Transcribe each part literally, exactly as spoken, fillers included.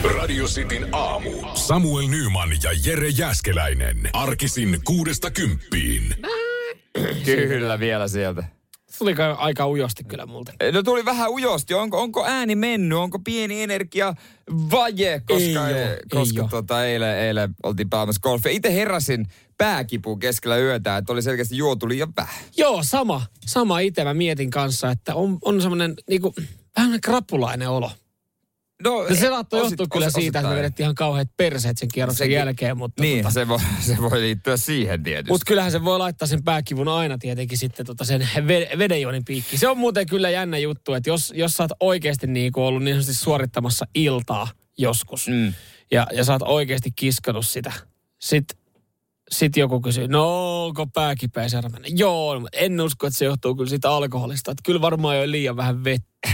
Radio Cityn aamu. Samuel Nyman ja Jere Jääskeläinen. Arkisin kuudesta kymppiin. Kyllä vielä sieltä. Tuli aika ujosti kyllä multa. No tuli vähän ujosti. Onko, onko ääni mennyt? Onko pieni energia vaje? Koska, ei ole, koska ei tota, eilen, eilen oltiin pelaamassa golfia. Itse heräsin pääkipuun keskellä yötä, että oli selkeästi juotu liian vähän. Joo, sama. Sama itse mä mietin kanssa, että on, on semmoinen niinku, vähän krapulainen olo. No, se saattoi osit, johtua kyllä osit, siitä, että me vedettiin ihan kauheat perseet sen kierroksen Sekin, jälkeen. Mutta niin, tota, se, voi, se voi liittyä siihen tietysti. Mutta kyllähän se voi laittaa sen pääkivun aina tietenkin sitten tota sen vedenjuonin piikki. Se on muuten kyllä jännä juttu, että jos, jos sä oot oikeasti niinku ollut niin sanotusti suorittamassa iltaa joskus mm. ja, ja sä oot oikeasti kiskanut sitä, sit, sit joku kysyy, no onko pää kipeä seuraavana? Joo, mutta en usko, että se johtuu kyllä siitä alkoholista. Että kyllä varmaan jo liian vähän vettä.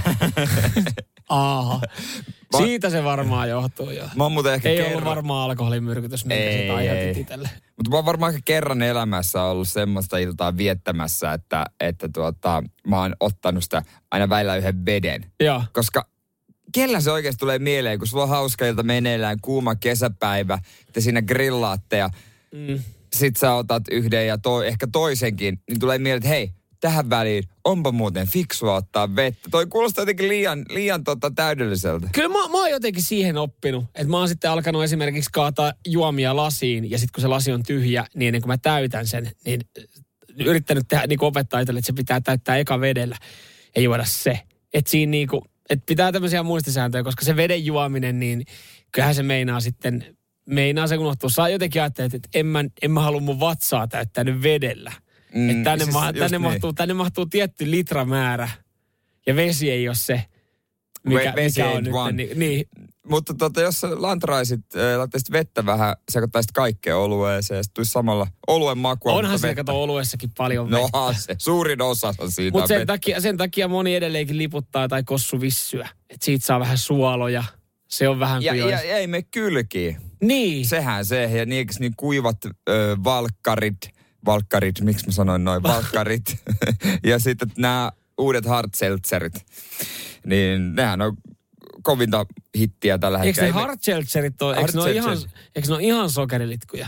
Aha. Siitä se varmaan johtuu jo. Mä oon muuten ehkä Ei kerran... ollut varmaan alkoholimyrkytys, minkä ei, siitä aiheutit itselle. Mutta mä oon varmaan ehkä kerran elämässä ollut semmoista iltaa viettämässä, että, että tuota, mä oon ottanut sitä aina välillä yhden veden. Joo. Koska kellä se oikeasti tulee mieleen, kun sulla on hauska ilta meneillään, kuuma kesäpäivä, te siinä grillaatte ja mm. sit sä otat yhden ja to, ehkä toisenkin, niin tulee mieleen, että hei, tähän väliin onpa muuten fiksua ottaa vettä. Toi kuulostaa jotenkin liian, liian tota täydelliseltä. Kyllä mä, mä oon jotenkin siihen oppinut, että mä oon sitten alkanut esimerkiksi kaataa juomia lasiin ja sitten kun se lasi on tyhjä, niin ennen kuin mä täytän sen, niin yrittänyt tehdä, niin kuin opettaa itselle, että se pitää täyttää eka vedellä ja juoda se. Että siinä niin kuin, että pitää tämmöisiä muistisääntöjä, koska se veden juominen, niin kyllähän se meinaa sitten, meinaa se unohtua. Saa jotenkin ajatella, että en mä, en mä halua mun vatsaa täyttää nyt vedellä. Mm, että tänne, siis ma- tänne, niin. mahtuu, tänne mahtuu tietty litramäärä ja vesi ei ole se, mikä, vesi mikä on nyt. Niin, niin. Mutta tota, jos sä lantraisit, äh, laittaisit vettä vähän, sekoittaisit kaikkea olueeseen ja sitten tulisi samalla oluen makua. Onhan se kato oluessakin paljon no, vettä. No se, suurin osa on siitä. Mutta sen takia, sen takia moni edelleenkin liputtaa tai kossuvissyä. Että siitä saa vähän suoloja. Se on vähän ja, ja, ja ei me kylkiin. Niin. Sehän se. Ja niin, niin kuivat ö, valkkarit. Valkkarit, miksi mä sanoin noin, valkkarit. Ja sitten nämä uudet hardseltzerit, niin nehän on kovinta hittiä tällä hetkellä. Eikö ne hardseltzerit ole, eikö ne ole ihan, eikö ne ole ihan sokerilitkuja?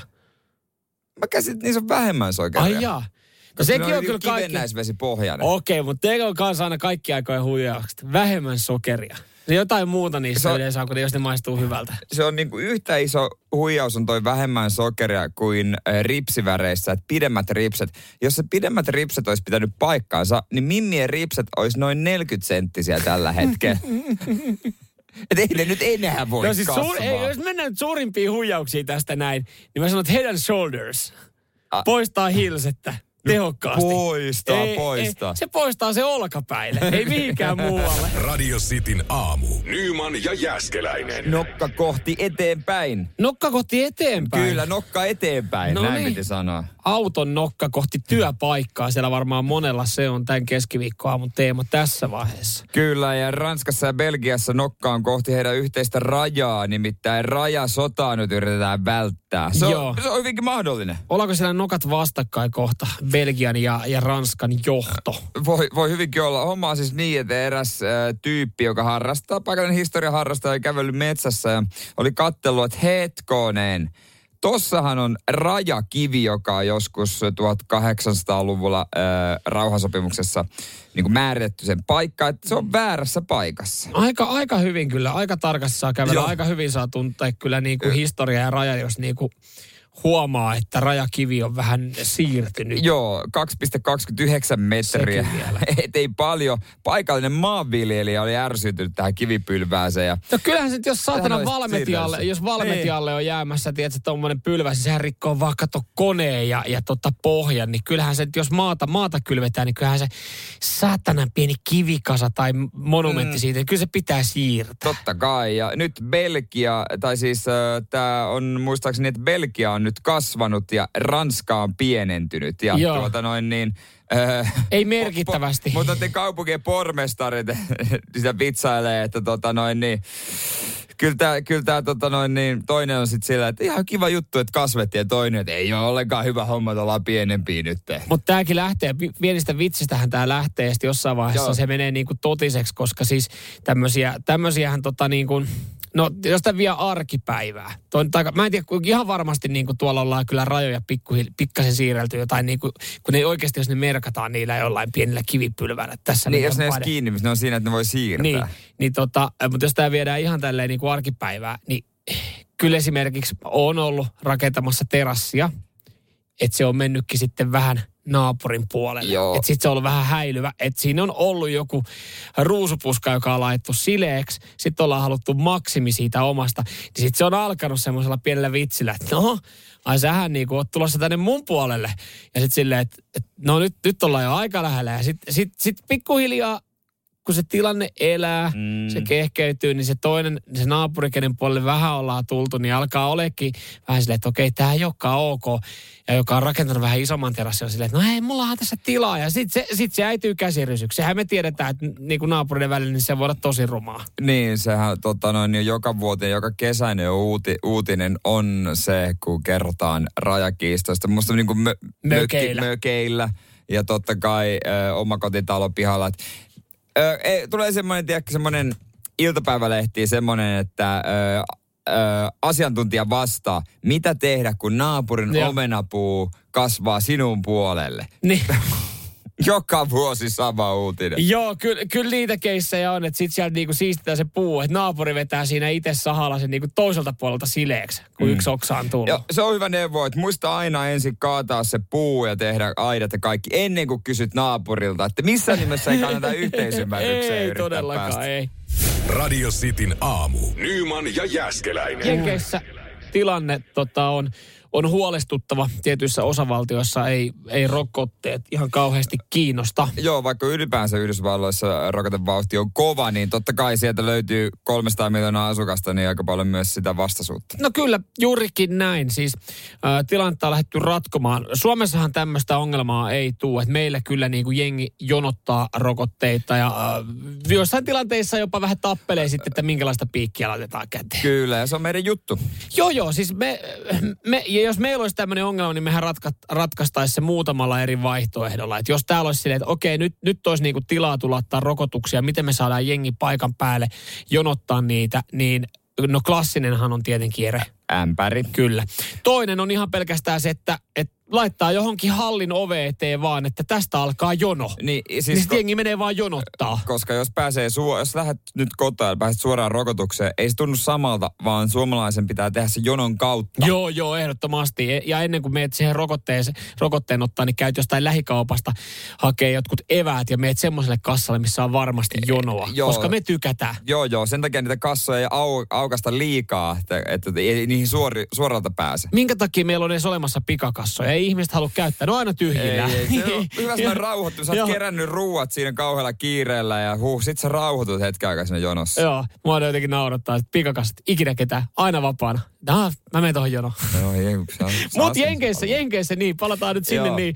Mä käsin, että niissä on vähemmän sokeria. Ai jaa. No sekin on, on kyllä kaikki. Kivennäisvesipohjainen. Okei, okay, mutta teillä on kanssa aina kaikki aikojen huijaukset. Vähemmän sokeria. Jotain muuta niissä on, yleensä on, kun jos ne maistuu hyvältä. Se on niin kuin yhtä iso huijaus on toi vähemmän sokeria kuin äh, ripsiväreissä, että pidemmät ripset. Jos se pidemmät ripset olisi pitänyt paikkaansa, niin Mimmien ripset olisi noin neljäkymmentä senttisiä tällä hetkellä. Että ei ne nyt enää voi no siis suur, ei, jos mennään nyt suurimpiin huijauksiin tästä näin, niin mä sanon, että Head and Shoulders A- poistaa hilsettä. Tehokkaasti. Poistaa, ei, poistaa. Ei, se poistaa se olkapäille, ei mihinkään muualle. Radio Cityn aamu. Nyman ja Jääskeläinen. Nokka kohti eteenpäin. Nokka kohti eteenpäin? Kyllä, nokka eteenpäin, no näin niin. Piti sanoa. Auton nokka kohti työpaikkaa. Siellä varmaan monella se on tämän keskiviikkoaamun teema tässä vaiheessa. Kyllä, ja Ranskassa ja Belgiassa nokka on kohti heidän yhteistä rajaa. Nimittäin rajasotaa nyt yritetään välttää. Se on, se on hyvinkin mahdollinen. Ollaanko siellä nokat vastakkain kohta? Belgian ja, ja Ranskan johto. Voi, voi hyvinkin olla. Homma on siis niin, että eräs äh, tyyppi, joka harrastaa, paikallinen historian harrastaja, kävellyt metsässä ja oli katsellut, että hetkoneen. Tossahan on rajakivi, joka on joskus tuhatkahdeksansataaluvulla äh, rauhansopimuksessa niin kuin määritetty sen paikka, että se on väärässä paikassa. Aika, aika hyvin kyllä, aika tarkasti saa kävellä, Joo. aika hyvin saa tuntea kyllä niin kuin historia ja raja, jos niin kuin huomaa, että rajakivi on vähän siirtynyt. Joo, kaksi pilkku kaksikymmentäyhdeksän metriä. Et ei paljon. Paikallinen maanviljelijä oli ärsytynyt tähän kivipylvääseen. Ja no kyllähän se, jos saatana valmetialle, jos valmetialle on jäämässä, tiedätkö, tommonen pylväs, niin sehän rikkoo vaan kato koneen ja, ja tota pohjan, niin kyllähän se, jos maata, maata kylvetään, niin kyllähän se saatanan pieni kivikasa tai monumentti mm. siitä, niin kyllä se pitää siirtää. Totta kai, ja nyt Belgia, tai siis äh, tämä on muistaakseni, että Belgia on nyt kasvanut ja Ranska on pienentynyt. Ja Joo. tuota noin niin... Äh, Ei merkittävästi. Po, mutta te kaupunkien pormestarit sitä vitsailee, että tota noin niin... Kyllä tämä, kyllä tämä tota noin niin, toinen on sitten sillä, että ihan kiva juttu, että kasvettiin ja toinen, että ei ole ollenkaan hyvä homma, että ollaan pienempiä nyt. Mutta tämäkin lähtee, pienistä vitsistähän tämä lähtee ja sitten jossain vaiheessa Joo. se menee niin kuin totiseksi, koska siis tämmöisiä, tämmöisiähän tota niin kuin... No, jos tämä vie arkipäivää. Toi, taika, mä en tiedä, ihan varmasti niin kuin tuolla ollaan kyllä rajoja pikkasen siirrelty jotain, niin kuin, kun ne oikeasti, jos ne merkataan niillä jollain pienillä kivipylvällä. Tässä niin, jos ne ei kiinni, ne on siinä, että ne voi siirtää. Niin, niin tota, mutta jos tämä viedään ihan tälleen niin kuin arkipäivää, niin kyllä esimerkiksi on ollut rakentamassa terassia, että se on mennytkin sitten vähän naapurin puolelle. Että sitten se on ollut vähän häilyvä. Että siinä on ollut joku ruusupuska, joka on laittu sileeksi. Sitten ollaan haluttu maksimi siitä omasta. Niin sitten se on alkanut semmoisella pienellä vitsillä, että no, ai sähän niinku oot tulossa tänne mun puolelle. Ja sitten silleen, että et, no nyt, nyt ollaan jo aika lähellä. Ja sitten sit, sit pikkuhiljaa, kun se tilanne elää, mm. se kehkeytyy, niin se toinen, se naapuri, kenen puolelle vähän ollaan tultu, niin alkaa olekin vähän silleen, että okei, tämä ei olekaan ok. Ja joka on rakentanut vähän isomman terassin, on silleen, että no hei, mullahan tässä tilaa. Ja sitten se, sit se äityy käsirysyksi. Sehän me tiedetään, että niin kuin naapuriden välillä, niin se voi olla tosi rumaa. Niin, sehän tota noin, niin joka vuoteen, joka kesäinen uuti, uutinen on se, kun kerrotaan rajakiistoista. Musta niin kuin mö, mökeillä. Mökki, mökeillä ja totta kai ö, omakotitalo pihalla. Ö, ei, tulee semmoinen, tiedätkö, semmoinen iltapäivälehti, semmoinen, että ö, ö, asiantuntija vastaa, mitä tehdä, kun naapurin ja. omenapuu kasvaa sinun puolelle. Niin. Joka vuosi sama uutinen. Joo, kyllä, kyllä niitä keissejä on, että sitten sieltä niinku siistitään se puu, että naapuri vetää siinä itse sahalla sen niinku toiselta puolelta sileeksi, kun mm. yksi oksa on tullut. Joo, se on hyvä neuvo, että muista aina ensin kaataa se puu ja tehdä aidat ja kaikki, ennen kuin kysyt naapurilta, että missään nimessä ei kannata yhteisymmärrykseen ei yrittää todellakaan, päästä. ei. Radio Cityn aamu. Nyman ja Jääskeläinen. Jenkeissä tilanne tota, on, on huolestuttava. Tietyissä osavaltioissa ei, ei rokotteet ihan kauheasti kiinnosta. Joo, vaikka ylipäänsä Yhdysvalloissa rokotevauhti on kova, niin totta kai sieltä löytyy kolmesataa miljoonaa asukasta, niin aika paljon myös sitä vastaisuutta. No kyllä, juurikin näin. Siis äh, tilannetta on lähdetty ratkomaan. Suomessahan tämmöistä ongelmaa ei tule, että meillä kyllä niin kuin jengi jonottaa rokotteita ja äh, joissain tilanteissa jopa vähän tappelee sitten, että minkälaista piikkiä laitetaan käteen. Kyllä, ja se on meidän juttu. Joo, joo, siis me, me ja jos meillä olisi tämmöinen ongelma, niin mehän ratka, ratkaistaisiin se muutamalla eri vaihtoehdolla. Että jos täällä olisi silleen, että okei, nyt, nyt olisi niinku tilaa tulla ottaa rokotuksia, miten me saadaan jengi paikan päälle jonottaa niitä, niin no klassinenhan on tietenkin ere. Ämpäri. Kyllä. Toinen on ihan pelkästään se, että, että laittaa johonkin hallin ove eteen vaan, että tästä alkaa jono. Niin, siis niin ko- jengi menee vaan jonottaa. Koska jos pääsee, suo- jos lähdet nyt kotiin ja pääset suoraan rokotukseen, ei se tunnu samalta, vaan suomalaisen pitää tehdä se jonon kautta. Joo, joo, ehdottomasti. Ja ennen kuin meet siihen rokotteen, rokotteen ottaa, niin käyt jostain lähikaupasta, hakee jotkut eväät ja meet semmoiselle kassalle, missä on varmasti jonoa. Joo. Koska me tykätään. Joo, joo. Sen takia niitä kassoja ei au, aukasta liikaa, että, että ei niihin suori, suoralta pääse. Minkä takia meillä on edes olemassa pikakassoja? Ei ihmiset halua käyttää, ne on aina tyhjillä. Ei, ei. Se on hyvä semmoinen rauhoittu. Sä oot kerännyt ruuat siinä kauhealla kiireellä ja huh, sit sä rauhoitut hetken aikaa siinä jonossa. Joo, mua on jotenkin naurattaa, että pikakassat ikinä ketään, aina vapaana. Nah, mä menen tohon jonoon. Joo, Mutta Jenkeissä, Jenkeissä, niin, palataan nyt sinne, niin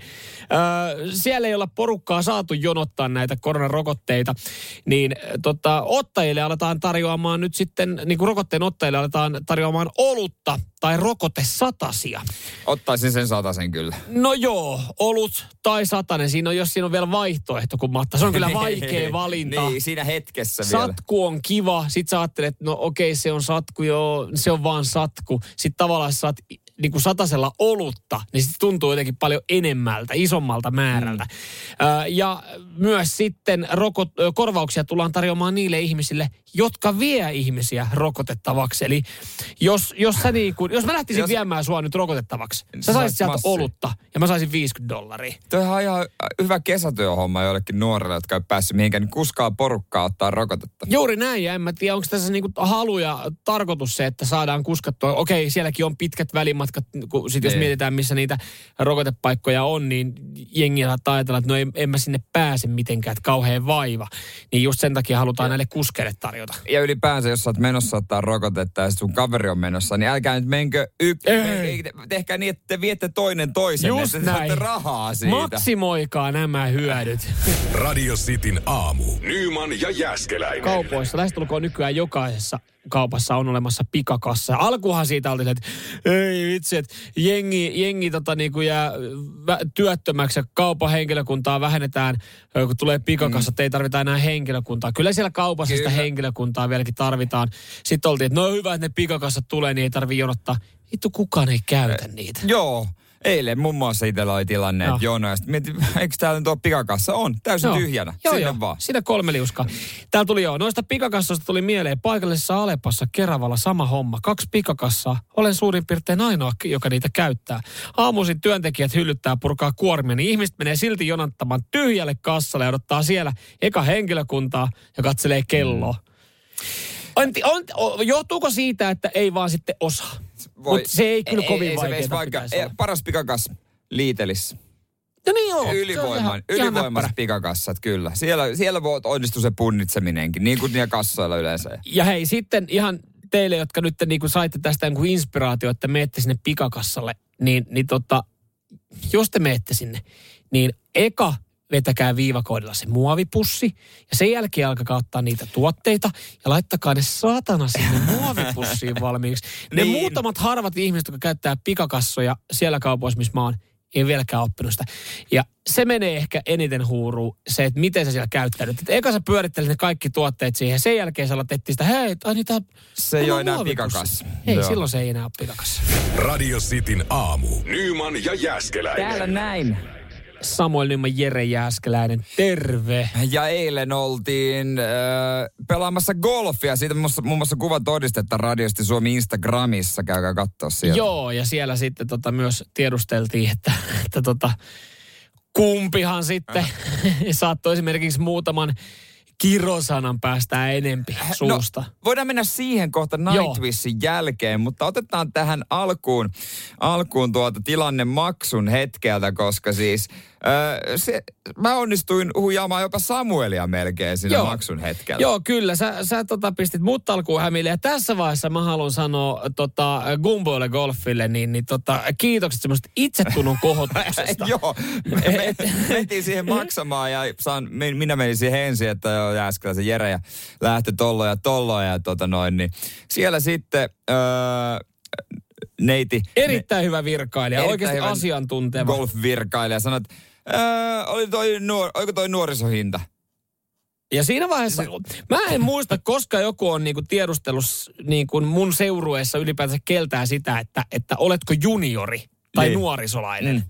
äh, siellä ei olla porukkaa saatu jonottaa näitä koronarokotteita, niin tota, ottajille aletaan tarjoamaan nyt sitten, niin kuin rokotteen ottajille aletaan tarjoamaan olutta tai rokotesatasia. Ottaisin sen satasen kyllä. No joo, olut tai satanen, siinä on, jos siinä on vielä vaihtoehto, kun matta. Se on kyllä vaikea valinta. Niin, siinä hetkessä vielä. Satku on kiva, sit sä ajattelet, että no okei, se on satku, joo, se on vaan satku. Sitten tavallaan sä saat niin kuin satasella olutta, niin se tuntuu jotenkin paljon enemmältä, isommalta määrältä. Mm. Ö, ja myös sitten rokot, korvauksia tullaan tarjoamaan niille ihmisille, jotka vie ihmisiä rokotettavaksi. Eli jos, jos, sä niin kuin, jos mä lähtisin jos... viemään sua nyt rokotettavaksi, sä saisit sieltä massi. olutta ja mä saisin viisikymmentä dollaria. Tuo on ihan hyvä kesätyöhomma jollekin nuorille, jotka ei päässyt mihinkään, niin kuskaa porukkaa ottaa rokotetta. Juuri näin, ja en mä tiedä, onko tässä niinku halu ja tarkoitus se, että saadaan kuskattua. Okei, sielläkin on pitkät välimatkat, kun sit jos ei. mietitään, missä niitä rokotepaikkoja on, niin jengi saattaa ajatella, että no ei, en mä sinne pääse mitenkään, että kauhean vaiva. Niin just sen takia halutaan ja. näille kuskeille tarjota. Ja ylipäänsä, jos sä oot menossa ottaa rokotetta ja sun kaveri on menossa, niin älkää nyt menkö yksi. Tehkää niin, että te viette toinen toisen, just että näin. Saatte rahaa siitä. Maksimoikaa nämä hyödyt. Radio Cityn aamu. Nyman ja Jääskeläinen. Kaupoissa lähestulkoon nykyään jokaisessa kaupassa on olemassa pikakassa. Alkuhan siitä oltiin, että ei vitsi, että jengi, jengi tota, niinku jää työttömäksi ja kaupan henkilökuntaa vähennetään, kun tulee pikakassat, mm. ei tarvita enää henkilökuntaa. Kyllä siellä kaupassa Kyllä. sitä henkilökuntaa vieläkin tarvitaan. Sitten oltiin, että no hyvä, että ne pikakassat tulee, niin ei tarvitse jonottaa. Vittu, kukaan ei käytä niitä. Joo. Eilen muun muassa itsellä oli tilanne, että jono, ja sitten mietin, eikö täällä tuo pikakassa on täysin joo. tyhjänä. Joo, Sinne joo. vaan. Siinä kolme liuskaa. Täällä tuli joo, noista pikakassoista tuli mieleen paikallisessa Alepassa Keravalla sama homma. Kaksi pikakassaa. Olen suurin piirtein ainoa, joka niitä käyttää. Aamuisin työntekijät hyllyttää purkaa kuormia, niin ihmiset menee silti jonattamaan tyhjälle kassalle ja odottaa siellä eka henkilökuntaa ja katselee kelloa. Mm. On, on, on, johtuuko siitä, että ei vaan sitten osaa? Mutta se ei kyllä ei, kovin vaikeaa. Paras pikakas Lidlissä. No niin joo. Ylivoiman, ylivoimaiset pikakassat, kyllä. Siellä, siellä voi onnistua se punnitseminenkin, niin kuin niillä kassoilla yleensä. Ja hei, sitten ihan teille, jotka nyt niin kuin saitte tästä niin inspiraatio, että menette sinne pikakassalle, niin, niin tota, jos te menette sinne, niin eka vetäkää viivakoodilla se muovipussi ja sen jälkeen alkakaa ottaa niitä tuotteita ja laittakaa ne saatana sinne muovipussiin valmiiksi. Ne niin. muutamat harvat ihmiset, jotka käyttää pikakassoja siellä kaupoissa, missä mä oon, ei vieläkään oppinut sitä. Ja se menee ehkä eniten huuruun, se, että miten sä siellä käyttäydyt. Että eka sä pyörittelet ne kaikki tuotteet siihen ja sen jälkeen sä alat etsiä sitä, hei, ai niin tää, se ei ole enää pikakassa. Ei, Joo. silloin se ei enää ole pikakassa. Radio Cityn aamu. Nyman ja Jääskeläinen. Täällä näin. Samuel Nyman, Jere Jääskeläinen, terve. Ja eilen oltiin äh, pelaamassa golfia. Siitä muun muassa kuva todistetta radiosti Suomi Instagramissa. Käykää katsoa sieltä. Joo, ja siellä sitten tota myös tiedusteltiin, että, että tota, kumpihan sitten äh. saattoi esimerkiksi muutaman kirosanan päästää enempi suusta. No, voidaan mennä siihen kohta Nightwishin jälkeen, mutta otetaan tähän alkuun, alkuun tuota tilanne maksun hetkeltä, koska siis öö, se, mä onnistuin huijaamaan jopa Samuelia melkein siinä Joo. maksun hetkellä. Joo, kyllä. Sä, sä tota, pistit mut alkuun hämille. Ja tässä vaiheessa mä haluan sanoa tota, Gumboille Golfille, niin, niin tota, kiitokset semmoista itsetunnon kohotuksesta. Joo, me, me, mentiin siihen maksamaan ja saan, minä menin siihen ensin, että joo, Jääskeläisen Jere ja lähti tolloin ja tolloin ja tota noin, niin siellä sitten öö, neiti. Erittäin ne, hyvä virkailija, oikeasti asiantunteva. Golf-virkailija sanoi, että öö, oli toi nuor, oliko toi nuorisohinta? Ja siinä vaiheessa, mä en muista, koska joku on niinku tiedustellut niinku mun seurueessa ylipäätänsä keltää sitä, että, että oletko juniori tai niin. nuorisolainen. Mm.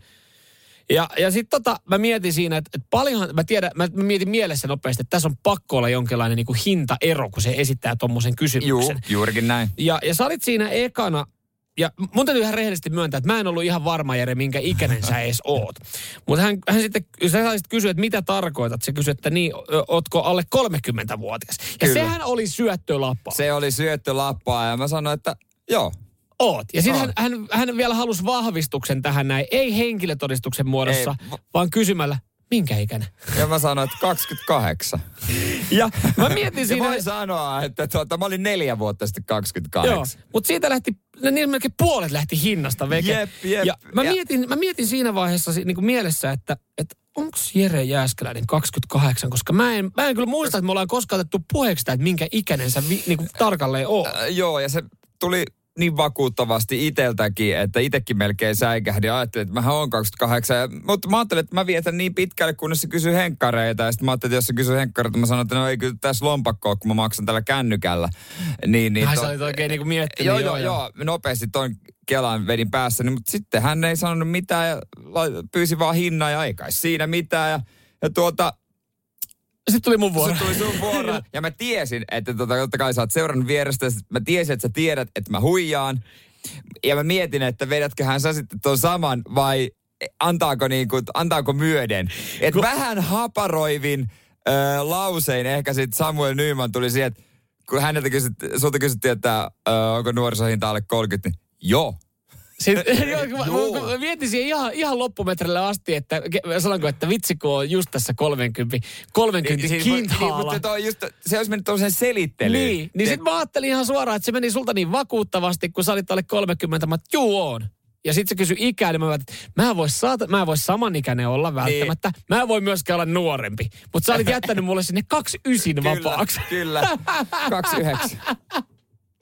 Ja, ja sitten tota, mä mietin siinä, että, että paljonhan, mä tiedän, mä, mä mietin mielessä nopeasti, että tässä on pakko olla jonkinlainen niinku hintaero, kun se esittää tommosen kysymyksen. Juu, juurikin näin. Ja, ja sä olit siinä ekana, ja mun täytyy ihan rehellisesti myöntää, että mä en ollut ihan varma, Jere, minkä ikäinen sä edes oot. Mutta hän, hän sitten, sä saisit kysyä, että mitä tarkoitat? Se kysyi, että niin, ootko alle kolmekymmentävuotias? Ja Kyllä. sehän oli syöttölappa. Se oli syöttölappaa ja mä sanoin, että joo. Oot. Ja sitten hän, hän, hän vielä halusi vahvistuksen tähän näin. Ei henkilötodistuksen muodossa, Ei. vaan kysymällä, minkä ikäinen? Ja mä sanoin, että kaksikymmentäkahdeksan. Ja mä mietin siinä... Ja voin sanoa, että tuota, mä olin neljä vuotta sitten kaksikymmentäkahdeksan. Joo, mutta siitä lähti, niin melkein puolet lähti hinnasta veke. Jep, jep. Ja mä, ja. Mietin, mä mietin siinä vaiheessa niin kuin mielessä, että, että onko Jere Jääskeläinen kaksikymmentäkahdeksan, koska mä en, mä en kyllä muista, että me ollaan koskaan otettu puheeksi sitä, että minkä ikäinen sä vi, niin kuin tarkalleen oot. Äh, joo, ja se tuli niin vakuuttavasti iteltäkin, että itsekin melkein säikähdin. Ajattelin, että mähän on kaksikymmentäkahdeksan. Ja, mutta mä ajattelin, että mä vietän niin pitkälle, kunnes se kysyy henkkareita. Ja sitten mä ajattelin, että jos se kysyy henkkareita, mä sanoin, että no ei kyllä tässä lompakkoa, kun mä maksan tällä kännykällä. Niin, niin Ai to... sä olit oikein niin kuin miettinyt. Joo, joo, joo. Nopeasti toin Kelan vedin päässä. Niin, mutta sitten hän ei sanonut mitään ja pyysi vaan hinnan ja ei kai siinä mitään. Ja, ja tuota... Sitten tuli mun vuoro. Sitten tuli sun vuoro. Ja mä tiesin, että tota, totta kai sä oot seurannut vierestä. Mä tiesin, että sä tiedät, että mä huijaan. Ja mä mietin, että vedätköhän sä sitten ton saman vai antaako, niinku, antaako myöden. Että kun... vähän haparoivin äh, lausein ehkä sitten Samuel Nyman tuli siihen, että kun häneltä kysyt, sulta kysyttiin, että äh, onko nuorisohinta alle kolmekymmentä, niin joo. Sitten, joo, mä, mä mietin siihen ihan, ihan loppumetrelle asti, että sanonko, että vitsi kun on just tässä kolmekymmentä, kolmekymmentä niin, kintaalla. Niin, mutta toi just, se olisi mennyt tuollaisen selittelyyn. Niin, niin sitten mä ajattelin ihan suoraan, että se meni sulta niin vakuuttavasti, kun sä olit alle kolmekymmentä, mä että juu on. Ja sitten se kysyi ikää, niin mä että mä en voi, saata, mä en voi samanikäinen olla välttämättä. Niin. Mä en voi myöskään olla nuorempi. Mutta sä olit jättänyt mulle sinne kaksikymmentäyhdeksän vapaaksi. Kyllä, kaksikymmentäyhdeksän.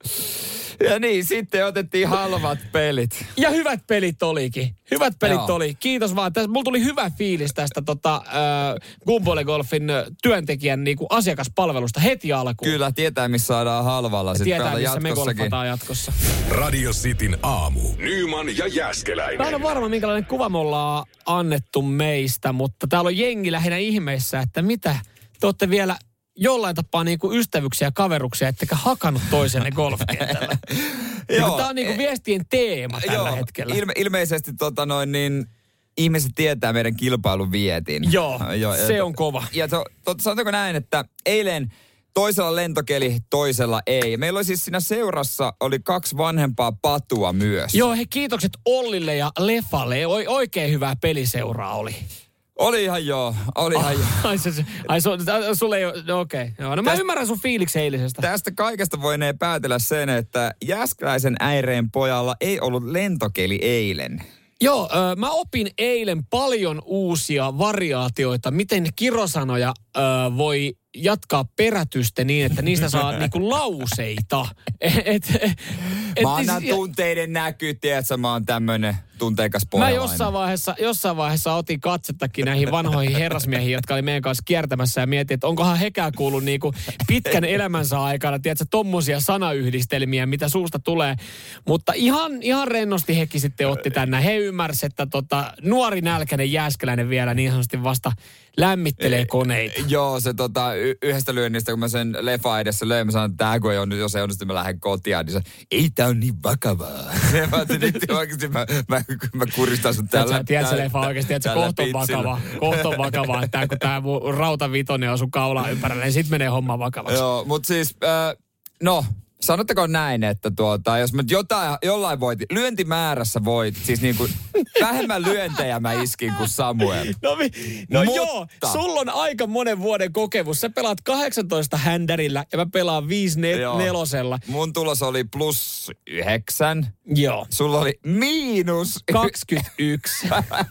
Ja niin, sitten otettiin halvat pelit. Ja hyvät pelit olikin. Hyvät pelit Joo. oli. Kiitos vaan. Täs, mulla tuli hyvä fiilis tästä tota, äh, Gumbole Golfin äh, työntekijän niinku, asiakaspalvelusta heti alkuun. Kyllä, tietää missä saadaan halvalla. Ja Sitten tietää, missä me jatkossakin. golfataan jatkossa. Radio Cityn aamu. Nyman ja Jääskeläinen. Mä en ole varma, minkälainen kuva me ollaan annettu meistä, mutta täällä on jengi lähinnä ihmeissä, että mitä te olette vielä jollain tapaa niinku ystävyksiä ja kaveruksia, ettekä hakannut toisenne golfkentällä. Joo. Tämä on niinku viestien teema tällä Joo, hetkellä. Ilme, ilmeisesti tota noin niin, ihmiset tietää meidän kilpailun vietin. Joo, ja, se on kova. Ja to, to, sanotaanko näin, että eilen toisella lentokeli, toisella ei. Meillä oli siis siinä seurassa oli kaksi vanhempaa patua myös. Joo, he kiitokset Ollille ja Lefalle. O, oikein hyvää peliseuraa oli. Oli ihan joo, oli ihan joo. Ai, se, se, ai su, sulle ei ole, no okei. Okay. Joo, no mä Täst, ymmärrän sun fiiliksi eilisestä. Tästä kaikesta voinee päätellä sen, että Jääskeläisen äireen pojalla ei ollut lentokeli eilen. Joo, ö, mä opin eilen paljon uusia variaatioita, miten kirosanoja ö, voi jatkaa perätystä niin, että niistä saa niinku lauseita. Et, et, et, Mä annan ja, tunteiden näkyy, tiedätkö, mä oon tämmönen tunteikas Mä pohjalainen. jossain vaiheessa, jossain vaiheessa otin katsettakin näihin vanhoihin herrasmiehiin, jotka oli meidän kanssa kiertämässä ja mietin, että onkohan hekään kuullut niinku pitkän elämänsä aikana, tiedätkö, tommosia sanayhdistelmiä, mitä suusta tulee. Mutta ihan, ihan rennosti hekin sitten otti tänne. He ymmärsivät, että tota, nuori nälkäinen Jääskeläinen vielä niin sanotusti vasta lämmittelee koneita. Joo, se tota, y- yhdestä lyönnistä, kun mä sen lefa edessä löin, mä sanoin, että tää kun ei onnistu, jos ei onnistu, mä lähden kotiin. Niin se, ei tää on niin vakavaa. mä ajattelin, että oikeasti mä, mä, mä kuristan sun täällä. Tiedätkö, leffa oikeasti, että se kohta on vakavaa. Kohta on vakavaa, että tää, kun tää mun rautavitonen on sun kaulaa ympärillä, niin sit menee homma vakavaksi. Joo, mut siis, äh, no, sanotteko näin, että tuota, jos mä jotain, jollain voitin, lyöntimäärässä voit, siis niinku vähemmän lyöntejä mä iskin kuin Samuel. No, vi, no Mutta joo, sulla on aika monen vuoden kokemus. Sä pelaat kahdeksantoista händärillä ja mä pelaan viisi nelosella. Mun tulos oli plus yhdeksän. Joo. Sulla oli miinus kaksikymmentäyksi.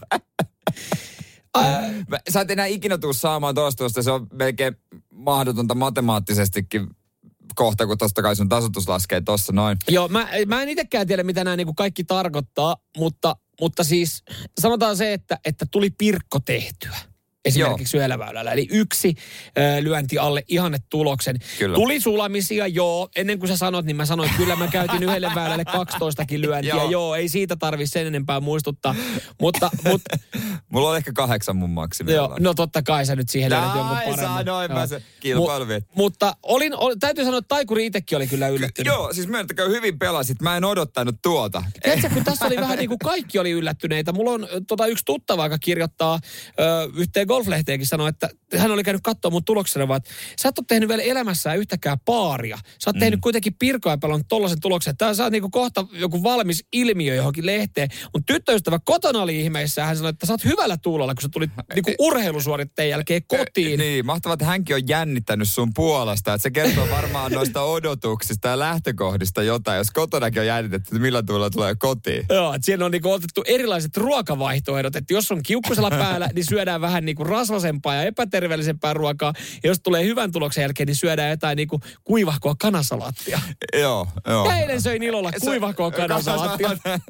Mä, sä et enää ikinä tuu saamaan tuosta, se on melkein mahdotonta matemaattisestikin kohta, kun tosta kai sun tasoitus laskee tossa noin. Joo, mä, mä en itsekään tiedä, mitä nämä niinku kaikki tarkoittaa, mutta, mutta siis sanotaan se, että, että tuli pirkko tehtyä. Esimerkiksi yhdellä väylällä. Eli yksi ö, lyönti alle ihannetuloksen. Kyllä. Tuli sulamisia, joo. Ennen kuin sä sanot, niin mä sanoin, että kyllä mä käytin yhdelle väylälle kaksitoistakin lyöntiä. joo. joo, ei siitä tarvi sen enempää muistuttaa. Mutta, mutta mulla on ehkä kahdeksan mun maksimi. joo, no totta kai sä nyt siihen löydät jonkun paremman. Sanoin mä se kilpailuviet. Mu- mutta olin, ol, täytyy sanoa, että Taikuri itsekin oli kyllä yllättynyt. Joo, siis myöntäkö hyvin pelasit. Mä en odottanut tuota. Tiedätkö, kun tässä oli vähän niin kuin kaikki oli yllättyneitä. Mulla on tota, yksi tuttava, joka kirjoittaa ö, yhteen golflehteenkin sanoi, että hän oli käynyt katsoa mun tuloksena, vaan että sä et ole tehnyt vielä elämässään yhtäkään paaria. Sä oot mm. tehnyt kuitenkin pirkoa ja pelannut tollaisen tuloksen. Tää sä oot niinku kohta joku valmis ilmiö johonkin lehteen. Mun tyttöystävä kotona oli ihmeissään. Hän sanoi, että sä oot hyvällä tuulolla, kun sä tulit niinku urheilusuoritteen jälkeen kotiin. Niin, mahtavaa, että hänkin on jännittänyt sun puolesta. Että se kertoo varmaan noista odotuksista ja lähtökohdista jotain. Jos kotonakin on jännitetty, että millä tuulla tulee kotiin. Joo, että siellä on niinku otettu erilaiset ruokavaihtoehdot. Että jos on kiukkusella päällä, niin syödään vähän niinku rasvasempaa ja epäterveellisempää ruokaa. Ja jos tulee hyvän tuloksen jälkeen, niin syödään jotain niinku kuivahkoa kanasalaattia. Joo, joo. Ja eilen söin ilolla kuivahkoa kanasalaattia.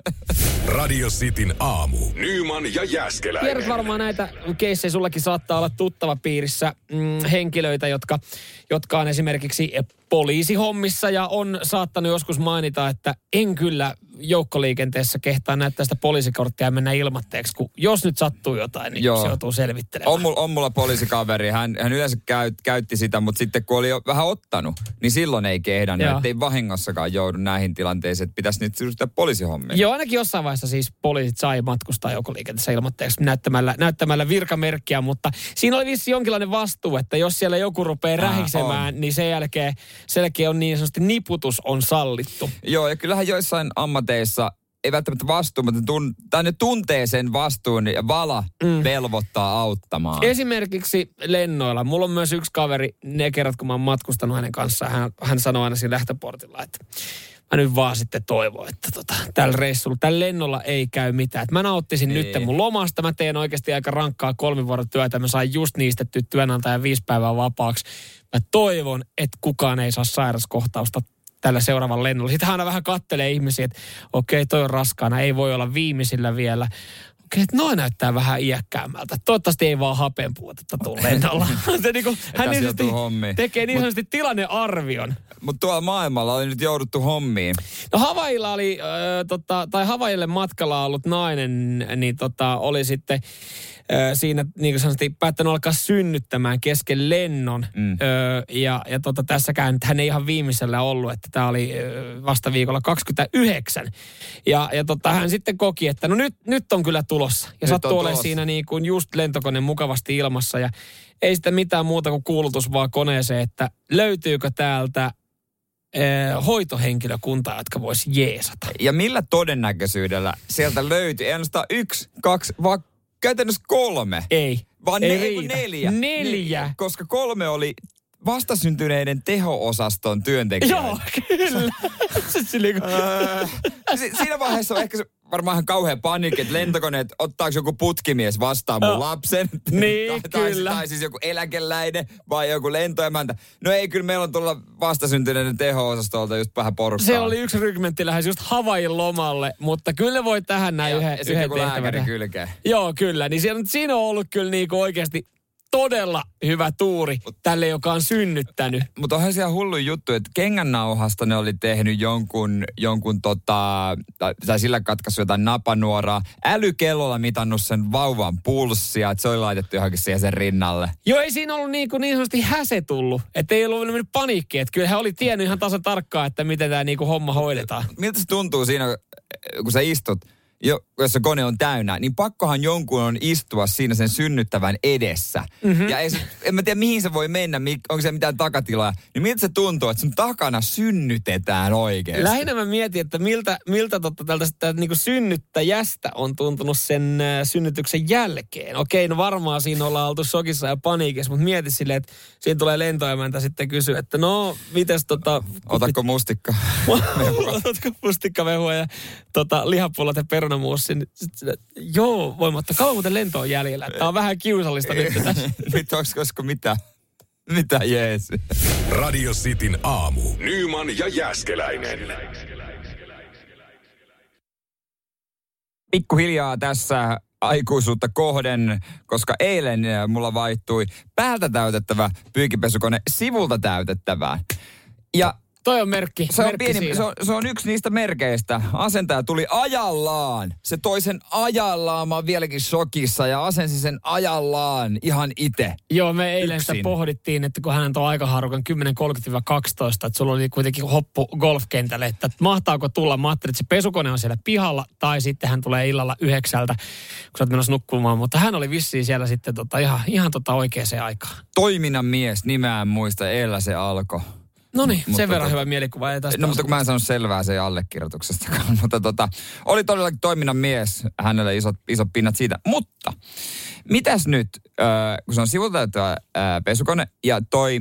Radio Cityn aamu. Nyman ja Jääskeläinen. Tiedät varmaan näitä keissejä, sullakin saattaa olla tuttava piirissä mm, henkilöitä, jotka, jotka on esimerkiksi poliisihommissa ja on saattanut joskus mainita, että en kyllä joukkoliikenteessä kehtaa näyttää sitä poliisikorttia ja mennä ilmatteeksi, kun jos nyt sattuu jotain, niin Joo. se joutuu selvittelemään. On mulla, on mulla poliisikaveri, hän, hän yleensä käyt, käytti sitä, mutta sitten kun oli jo vähän ottanut, niin silloin ei kehdannut, ettei vahingossakaan joudu näihin tilanteisiin, että pitäisi niitä siirtyä poliisihommia. Joo, ainakin jossain vaiheessa siis poliisit sai matkustaa joukkoliikenteessä ilmatteeksi näyttämällä, näyttämällä virkamerkkiä, mutta siinä oli vissi jonkinlainen vastuu, että jos siellä joku rupeaa rähisemään, niin sen jälkeen, sen jälkeen on niin sanotusti niputus on sallittu. Joo, ja kyllähän joissain ammateissa ei välttämättä vastuu, mutta tun, tai ne tuntee sen vastuun ja vala mm. velvoittaa auttamaan. Esimerkiksi lennoilla. Mulla on myös yksi kaveri, ne kerrat kun mä oon matkustanut hänen kanssaan, hän, hän sanoi aina siinä lähtöportilla, että mä nyt vaan sitten toivon, että tota, tällä reissulla, tällä lennolla ei käy mitään. Että mä nauttisin ei. nyt mun lomasta, mä teen oikeasti aika rankkaa kolmivuorotyötä, mä sain just niistettyä työnantajan viisi päivää vapaaksi. Mä toivon, että kukaan ei saa sairaskohtausta tällä seuraavalla lennolla. Sitten hän aina vähän kattelee ihmisiä, että okei, okay, toi on raskaana, ei voi olla viimeisillä vielä. Okei, että noin näyttää vähän iäkkäämmältä. Toivottavasti ei vaan hapenpuutetta tule lennolla. Se niinku, hän niin tekee niin sanotusti tilannearvion. Mutta tuolla maailmalla oli nyt jouduttu hommiin. No Havailla oli, äh, tota, tai Havaille matkalla ollut nainen, niin tota, oli sitten äh, siinä niin kuin sanottiin, päättänyt alkaa synnyttämään kesken lennon. Mm. Äh, ja ja tota, tässäkään hän ei ihan viimeisellä ollut, että tämä oli äh, vasta viikolla kaksikymmentäyhdeksän. Ja, ja tota, hän sitten koki, että no nyt, nyt on kyllä tulossa. Ja sattuu olemaan siinä niin kuin just lentokone mukavasti ilmassa. Ja ei sitä mitään muuta kuin kuulutus vaan koneeseen, että löytyykö täältä hoitohenkilökuntaa, jotka voisi jeesata. Ja millä todennäköisyydellä sieltä löytyy? Ei ainoastaan yksi, kaksi, vaan käytännössä kolme. Ei. Vaan ei ne, neljä. Neljä. Ne, koska kolme oli vastasyntyneiden teho-osaston työntekijöitä. Joo, kyllä. si- siinä vaiheessa on ehkä se varmaan ihan kauhean paniikki, että lentokoneet, ottaako joku putkimies vastaan mun lapsen? Niin, tai, kyllä. Tai, tai siis joku eläkeläinen vai joku lentoemäntä. No ei, kyllä meillä on tuolla vastasyntyneiden teho-osastolta just vähän porukkaa. Se oli yksi rykmentti lähes just Havain lomalle, mutta kyllä voi tähän näin yhden, yhden tehtävän. lääkäri kylkeen. Joo, kyllä. Niin siinä, siinä on ollut kyllä niinku oikeasti todella hyvä tuuri tälle, joka on synnyttänyt. Mutta onhan siellä hullu juttu, että kengännauhasta ne oli tehnyt jonkun, jonkun tota, tai, tai sillä katkaisu jotain napanuoraa. Älykellolla mitannut sen vauvan pulssia, että se oli laitettu johonkin siihen sen rinnalle. Joo, ei siinä ollut niin, niin sanotusti häse tullut. Että ei ollut mennyt paniikki. Että kyllä he oli tiennyt ihan tasan tarkkaan, että miten tämä niin homma hoidetaan. Miltä se tuntuu siinä, kun sä istut? Jo, jos se kone on täynnä, niin pakkohan jonkun on istua siinä sen synnyttävän edessä. Mm-hmm. Ja ei, en mä tiedä, mihin se voi mennä, onko se mitään takatilaa. Niin miltä se tuntuu, että sun takana synnytetään oikeasti? Lähinnä mä mietin, että miltä, miltä totta tältä sitä, niin kuin synnyttäjästä on tuntunut sen äh, synnytyksen jälkeen. Okei, no varmaan siinä ollaan oltu shokissa ja paniikissa, mutta mieti silleen, että siinä tulee lentoemäntä sitten kysyä, että no, mites tota... Otatko mustikka? Otatko mustikkamehua ja tota, lihapullat ja perunamuussin? Joo, voimme ottaa. Kauan muuten lento on jäljellä. Tämä on vähän kiusallista nyt tässä. Nyt olisiko mitä? Mitä jees? Radio Cityn aamu. Nyman ja Jääskeläinen. Pikkuhiljaa tässä aikuisuutta kohden, koska eilen mulla vaihtui päältä täytettävä pyykipesukone sivulta täytettävään. Ja toi on merkki. Se on, merkki pieni, se, on, se on yksi niistä merkeistä. Asentaja tuli ajallaan. Se toi sen ajallaan. Mä oon vieläkin shokissa ja asensi sen ajallaan ihan itse. Joo, me eilen yksin. Sitä pohdittiin, että kun hän on aikaharukan kymmenen kolmekymmentä kaksitoista, että sulla oli kuitenkin hoppu golfkentälle, että mahtaako tulla. Mä ajattelin, että se pesukone on siellä pihalla tai sitten hän tulee illalla yhdeksältä, kun sä oot menossa nukkumaan. Mutta hän oli vissiin siellä sitten tota, ihan, ihan tota oikeaan aikaan. Toiminnan mies, nimeään muista, eellä se alkoi. No niin, sen verran hyvä mielikuva. Ei tästä no mutta kun mä en sanonut selvää se allekirjoituksestakaan. Mutta tota, oli todellakin toiminnan mies. Hänelle isot, isot pinnat siitä. Mutta mitäs nyt, äh, kun se on sivultäyttävä äh, pesukone ja toi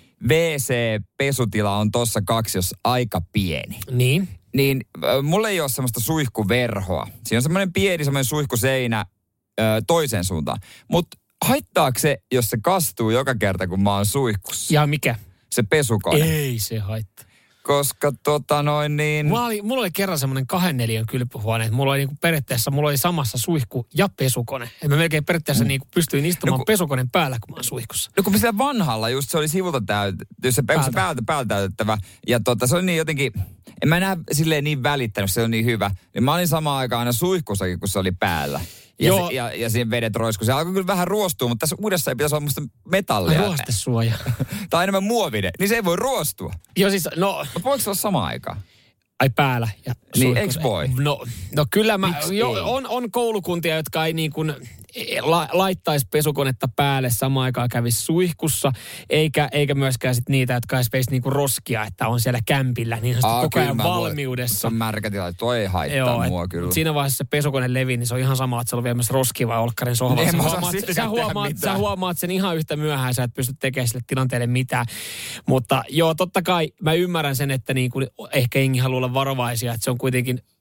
W C-pesutila on tossa kaksi, jos aika pieni. Niin. Niin äh, mulla ei ole semmoista suihkuverhoa. Siinä on semmoinen pieni semmoinen suihkuseinä äh, toiseen suuntaan. Mutta haittaako se, jos se kastuu joka kerta, kun mä oon suihkussa? Ja mikä? Se pesukone. Ei se haittaa. Koska tota noin niin... Mulla oli, mulla oli kerran semmoinen kahden neliön kylpyhuone. Mulla oli niinku periaatteessa, mulla oli samassa suihku ja pesukone. Et mä melkein periaatteessa mm. niinku pystyin istumaan no, kun, pesukoneen päällä, kun mä oon suihkussa. No kun siellä vanhalla just se oli sivulta täytetty, se päältä, päältä, päältä täytettävä. Ja tota se oli niin jotenkin, en mä enää silleen niin välittänyt, se on niin hyvä. Ja mä olin samaan aikaan aina suihkussakin, kun se oli päällä. Ja, se, ja, ja siinä vedet roiskui. Se alkoi kyllä vähän ruostua, mutta tässä uudessa ei pitäisi olla musta metallia. Ruostesuoja. Tai enemmän muovinen, niin se ei voi ruostua. Joo siis, no... Mutta voiko se olla samaan aikaan? Ai päällä. Ja niin, eikö voi? No, no kyllä mä, jo, on, on koulukuntia, jotka ei niin kuin la, laittaisi pesukonetta päälle samaan aikaan kävisi suihkussa, eikä, eikä myöskään sit niitä, jotka edes veisi niinku roskia, että on siellä kämpillä, niin on koko ajan valmiudessa. Se on märkätila, toi ei haittaa Joo, mua kyllä. Siinä vaiheessa se pesukone levi, niin se on ihan sama, että se on viemässä roskia vai olkkarin sohvalla. Niin, sä, huomaat, sä, huomaat, sä huomaat sen ihan yhtä myöhään, sä et pysty tekemään sille tilanteelle mitään. Mutta joo, totta kai mä ymmärrän sen, että niin kuin, ehkä jengi haluaa olla varovaisia, että se on kuitenkin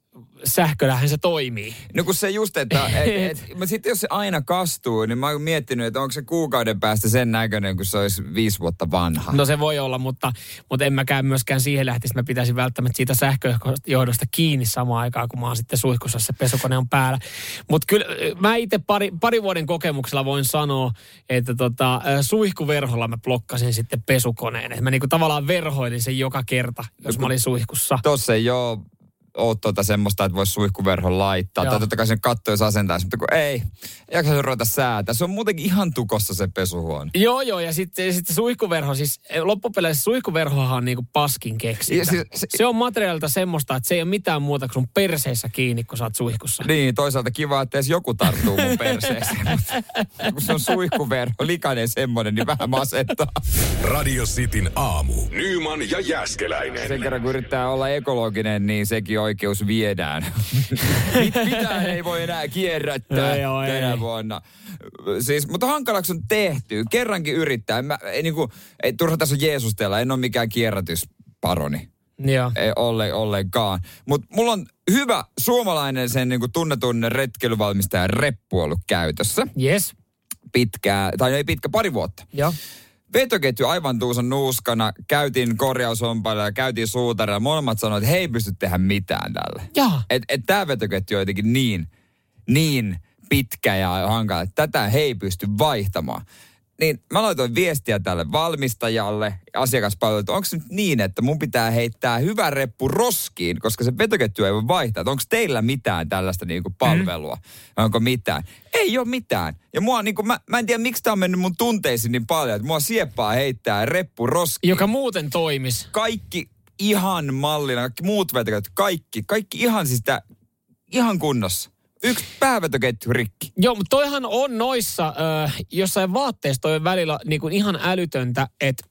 sähköllähän se toimii. No kun se just, että et, et, sitten jos se aina kastuu, niin mä oon miettinyt, että onko se kuukauden päästä sen näköinen, kun se olisi viisi vuotta vanha. No se voi olla, mutta, mutta en mäkään myöskään siihen lähtisi, että mä pitäisin välttämättä siitä sähköjohdosta kiinni samaan aikaan, kun mä oon sitten suihkussa, se pesukone on päällä. Mutta kyllä mä itse pari, pari vuoden kokemuksella voin sanoa, että tota, suihkuverholla mä blokkasin sitten pesukoneen. Et mä niinku tavallaan verhoilin sen joka kerta, jos mä olin suihkussa. Tossa ei oo, oo tuota semmoista, että voisi suihkuverhon laittaa. Joo. Tai totta kai sen katto, jos asentaisi, mutta kun ei, ei jaksa ruveta säätää. Se on muutenkin ihan tukossa se pesuhuone. Joo, joo, ja sitten sit suihkuverho, siis loppupeleissä suihkuverhohan on niinku paskin keksintä. Siis, se, se on materiaalilta semmoista, että se ei ole mitään muuta kuin sun perseissä kiinni, kun sä oot suihkussa. Niin, toisaalta kiva, että edes joku tarttuu mun perseeseen. Mutta kun se on suihkuverho, likainen semmoinen, niin vähän masentaa. Radio Cityn aamu. Nyman ja Jääskeläinen. Sen kerran, kun yrittää olla ekologinen, niin sekin oikeus viedään. Mitään ei voi enää kierrättää no, tänä vuonna. Siis, mutta hankalaksi on tehty. Kerrankin yrittää. Mä, ei, niin kuin, ei, turha tässä on Jeesustella. En ole mikään kierrätysparoni. Joo. Ei ole, ollenkaan. Mutta mulla on hyvä suomalainen sen niin kuin tunnetun retkeilyvalmistajan reppu ollut käytössä. Yes. Pitkää, tai ei pitkä, pari vuotta. Joo. Vetoketju aivan tuusan nuuskana, käytiin korjausompailla ja käytiin suutarilla. Molemmat sanoivat, että he ei pysty tehdä mitään tälle. Että et tämä vetoketju on jotenkin niin, niin pitkä ja hankala, että tätä he ei pysty vaihtamaan. Niin mä laitoin viestiä tälle valmistajalle, asiakaspalvelulle, että onko se nyt niin, että mun pitää heittää hyvä reppu roskiin, koska se vetoketju ei voi vaihtaa. Että onko teillä mitään tällaista niinku palvelua? Mm. Onko mitään? Ei ole mitään. Ja mua niinku, mä, mä en tiedä miksi tää on mennyt mun tunteisiin niin paljon, että mua sieppaa heittää reppu roskiin. Joka muuten toimisi. Kaikki ihan mallina, kaikki muut vetoketjut, kaikki, kaikki ihan siis tää, ihan kunnossa. Yksi päävetoketju rikki. Joo, mutta toihan on noissa, äh, jossain vaatteissa toi on välillä niin kuin ihan älytöntä, että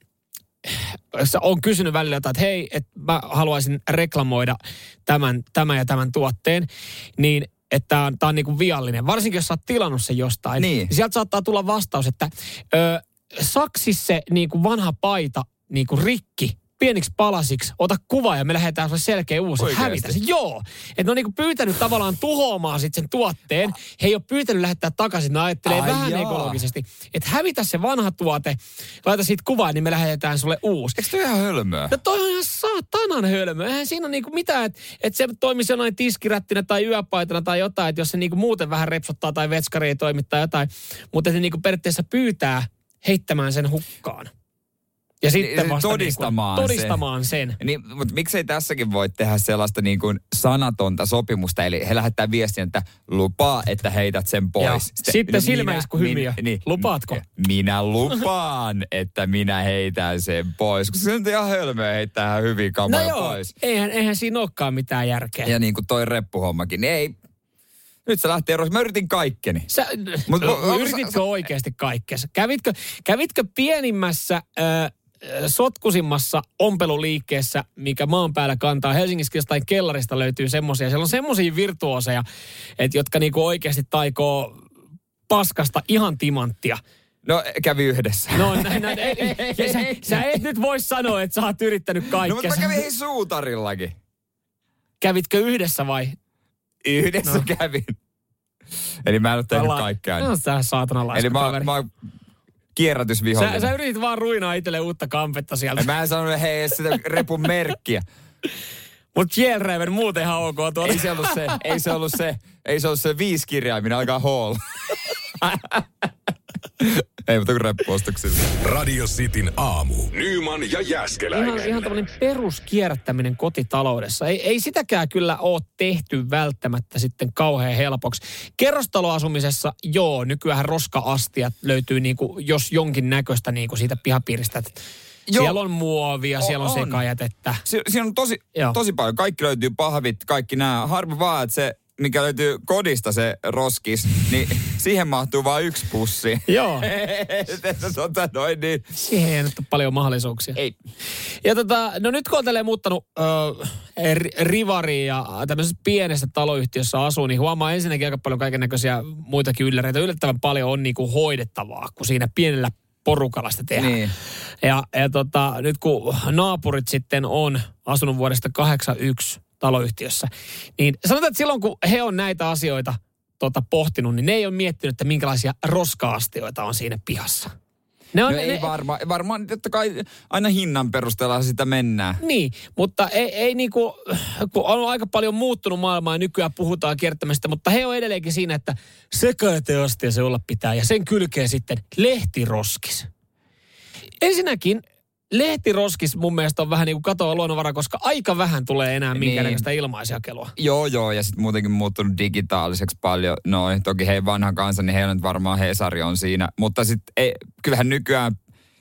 on kysynyt välillä jotain, että hei, että mä haluaisin reklamoida tämän, tämän ja tämän tuotteen, niin että tämä on, tää on niin kuin viallinen. Varsinkin, jos sä oot tilannut sen jostain. Niin. Sieltä saattaa tulla vastaus, että ö, saksis se niin kuin vanha paita niin kuin rikki pieniksi palasiksi, ota kuva ja me lähdetään sulle selkeä uusi. Oikeasti? Hävitä se. Joo. Että ne on niinku pyytänyt tavallaan tuhoamaan sit sen tuotteen. He ei ole pyytänyt lähettää takaisin. Ne ajattelee Ai vähän jaa. ekologisesti. Että hävitä se vanha tuote, laita siitä kuvaa, niin me lähdetään sulle uusi. Eikö toi ihan hölmöä? No toi on ihan saatanan hölmöä. Eihän siinä ole niinku mitään, että et se toimisi jonain tiskirättinä tai yöpaitana tai jotain, että jos se niinku muuten vähän repsottaa tai vetskari ei toimi tai jotain. Mutta se niinku periaatteessa pyytää heittämään sen hukkaan. Ja sitten vasta todistamaan, niin kuin, todistamaan sen. sen. Niin, mutta miksei tässäkin voi tehdä sellaista niin kuin sanatonta sopimusta, eli he lähettää viestin, että lupaa, että heität sen pois. Sitten, sitten silmäisku hymiö. Niin, Lupaatko? Minä lupaan, että minä heitän sen pois. Koska se on ihan hölmöä heittää hyvin kamoja no joo, pois. Eihän, eihän siinä olekaan mitään järkeä. Ja niin kuin toi reppuhommakin, niin ei. Nyt se lähtee eroon. Mä yritin kaikkeni. Sä, Mut, no, yrititkö sä, oikeasti kaikkea? Kävitkö, kävitkö pienimmässä... Äh, sotkusimmassa ompeluliikkeessä, mikä maan päällä kantaa. Helsingissä jostain kellarista löytyy semmoisia. Siellä on semmoisia virtuoseja, että jotka niinku oikeasti taikoo paskasta ihan timanttia. No kävi yhdessä. No näin, näin. Ei, ei, sä, sä et nyt voi sanoa, että sä oot yrittänyt kaikkea. No mutta mä kävin suutarillakin. Kävitkö yhdessä vai? Yhdessä no. kävin. Eli mä en ole tehnyt kaikkea. No sä saatana laiska Eli mä, kaveri. mä kierrätysvihollinen. Sä, sä yritit vaan ruinaa itselle uutta kampetta sieltä. Mä en sanonut, hei, sitä repun merkkiä. Mut Fjällräven muuten ihan ok tuolla. Ei se ollut se, ei se ollut se, ei se ollut se viisi kirjaiminen, alkaa hall. Ei, mutta kun reppuostoksilla. Radio Cityn aamu. Nyman ja Jääskeläinen. Ihan, ihan tämmöinen peruskierrättäminen kotitaloudessa. Ei, ei sitäkään kyllä ole tehty välttämättä sitten kauhean helpoksi. Kerrostaloasumisessa, joo, nykyään roska-astiat löytyy niinku, jos jonkin näköistä niinku siitä pihapiiristä. Joo. Siellä on muovia, o, siellä on, on. sekajätettä. Si- siinä on tosi, tosi paljon. Kaikki löytyy pahvit, kaikki nämä. Harmi vaan, että se, mikä löytyy kodista se roskis, niin siihen mahtuu vain yksi pussi. Joo. tota, noin niin. Siihen ei nyt ole paljon mahdollisuuksia. Ei. Ja tota, no nyt kun on tälleen muuttanut äh, rivariin ja tämmöisessä pienessä taloyhtiössä asuu, niin huomaa ensinnäkin aika paljon kaikennäköisiä muitakin ylläreitä. Yllättävän paljon on niinku hoidettavaa, kun siinä pienellä porukalla sitä tehdään. Niin. Ja, ja tota, nyt kun naapurit sitten on asunut vuodesta kahdeksankymmentäyksi taloyhtiössä. Niin sanotaan, että silloin kun he on näitä asioita tota, pohtinut, niin ne ei ole miettinyt, että minkälaisia roska-astioita on siinä pihassa. Ne on, no ei ne, varmaan, varmaan totta kai aina hinnan perusteella sitä mennään. Niin, mutta ei, ei niinku, kun on aika paljon muuttunut maailmaa ja nykyään puhutaan kiertämistä, mutta he on edelleenkin siinä, että sekajäteastia se olla pitää ja sen kylkee sitten lehtiroskis. Ensinnäkin lehtiroskis mun mielestä on vähän niin kuin katoa luonnonvara, koska aika vähän tulee enää minkäännäköistä niin. ilmaisjakelua. Joo, joo, ja sitten muutenkin muuttunut digitaaliseksi paljon. Noin, toki hei vanha kansa, niin heillä nyt varmaan Hesari on siinä. Mutta sitten kyllähän nykyään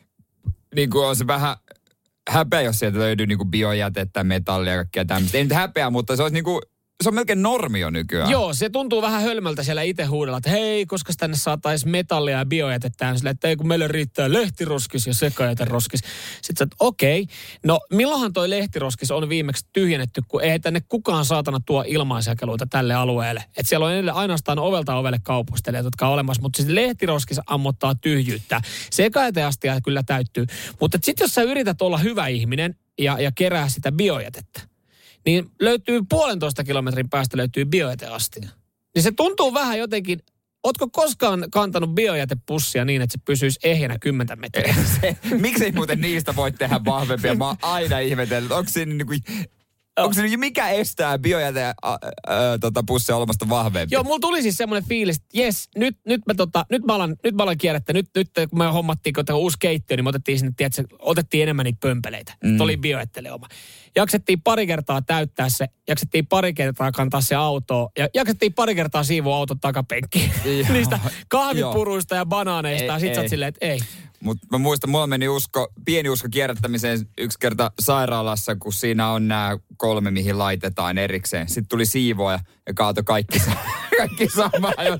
niin kuin on se vähän häpeä, jos sieltä löytyy niin kuin biojätettä, metallia ja kaikkea tämmöistä. Ei nyt häpeä, mutta se olisi niin kuin, se on melkein normi jo nykyään. Joo, se tuntuu vähän hölmöltä siellä itse huudella, että hei, koska tänne saataisiin metallia ja biojätettä. Silleen, että ei kun meille riittää lehtiroskis ja sekajäteroskis. Sitten sä, että okei, okay. No milloinhan toi lehtiroskis on viimeksi tyhjennetty, kun ei tänne kukaan saatana tuo ilmaisjakeluita tälle alueelle. Että siellä on ainoastaan ovelta ovelle kaupustelijat, jotka on olemassa, mutta sitten lehtiroskis ammottaa tyhjyyttä. Sekajäteastia kyllä täyttyy. Mutta sitten jos sä yrität olla hyvä ihminen ja, ja kerää sitä biojätettä, niin löytyy puolentoista kilometrin päästä löytyy biojäteastia. Niin se tuntuu vähän jotenkin, ootko koskaan kantanut biojätepussia niin, että se pysyisi ehjänä kymmentä metriä? Miksei muuten niistä voi tehdä vahvempia? Mä oon aina ihmetellyt, onko siinä niinku... Onko se mikä estää biojäte tota, pussia olemasta vahvempi? Joo, mulla tuli siis semmoinen fiilis, että jes, nyt, nyt, mä, tota, nyt, mä alan, nyt mä alan kierrättää. Nyt, nyt kun me hommattiin kun uusi keittiö, niin me otettiin sinne, tiedätkö, otettiin enemmän niitä pömpeleitä. Mm. Oli biojätteelle oma. Jaksettiin pari kertaa täyttää se, jaksettiin pari kertaa kantaa se autoon ja jaksettiin pari kertaa siivoa auton takapenkkiin. Niistä kahvipuruista ja banaaneista. Ei, ja sit sä oot silleen, että ei. Mutta mä muistan, mulla meni usko, pieni usko kierrättämiseen yksi kerta sairaalassa, kun siinä on nämä kolme, mihin laitetaan erikseen. Sitten tuli siivoja ja kaatoi kaikki, kaikki samaan.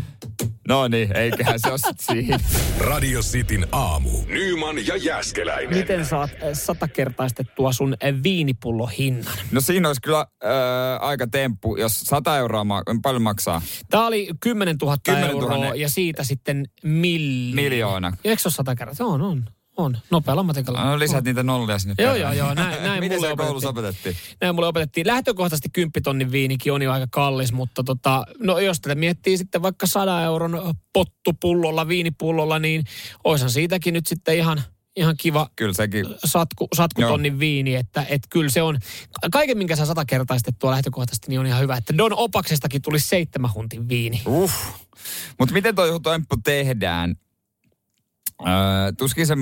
No niin, eiköhän se ole sit siinä. Radio Cityn aamu. Nyman ja Jääskeläinen. Miten saat satakertaistettua sun viinipullo hinnan? No siinä olisi kyllä äh, aika temppu, jos sata euroa ma- paljon maksaa. Tää oli kymmenentuhatta euroa ja siitä sitten milli. Miljoona. Eikö se ole sata kertaa? On, on. On. Nopealla matikalla. No lisät niitä nollia sinne. Joo, joo, joo. Näin, näin miten mulle se koulussa opetettiin? Näin mulle opetettiin. Lähtökohtaisesti kymppitonnin viinikin on jo aika kallis, mutta tota, no jos tätä miettii sitten vaikka sadan euron pottupullolla, viinipullolla, niin oishan siitäkin nyt sitten ihan, ihan kiva kyllä sekin. Satku, satkutonnin viini, että et kyllä se on, kaiken minkä saa satakertaistettua lähtökohtaisesti, niin on ihan hyvä, että Don Opaksestakin tuli seitsemän huntin viini. Uff. Mutta miten toi temppu tehdään? Öö, tuskin se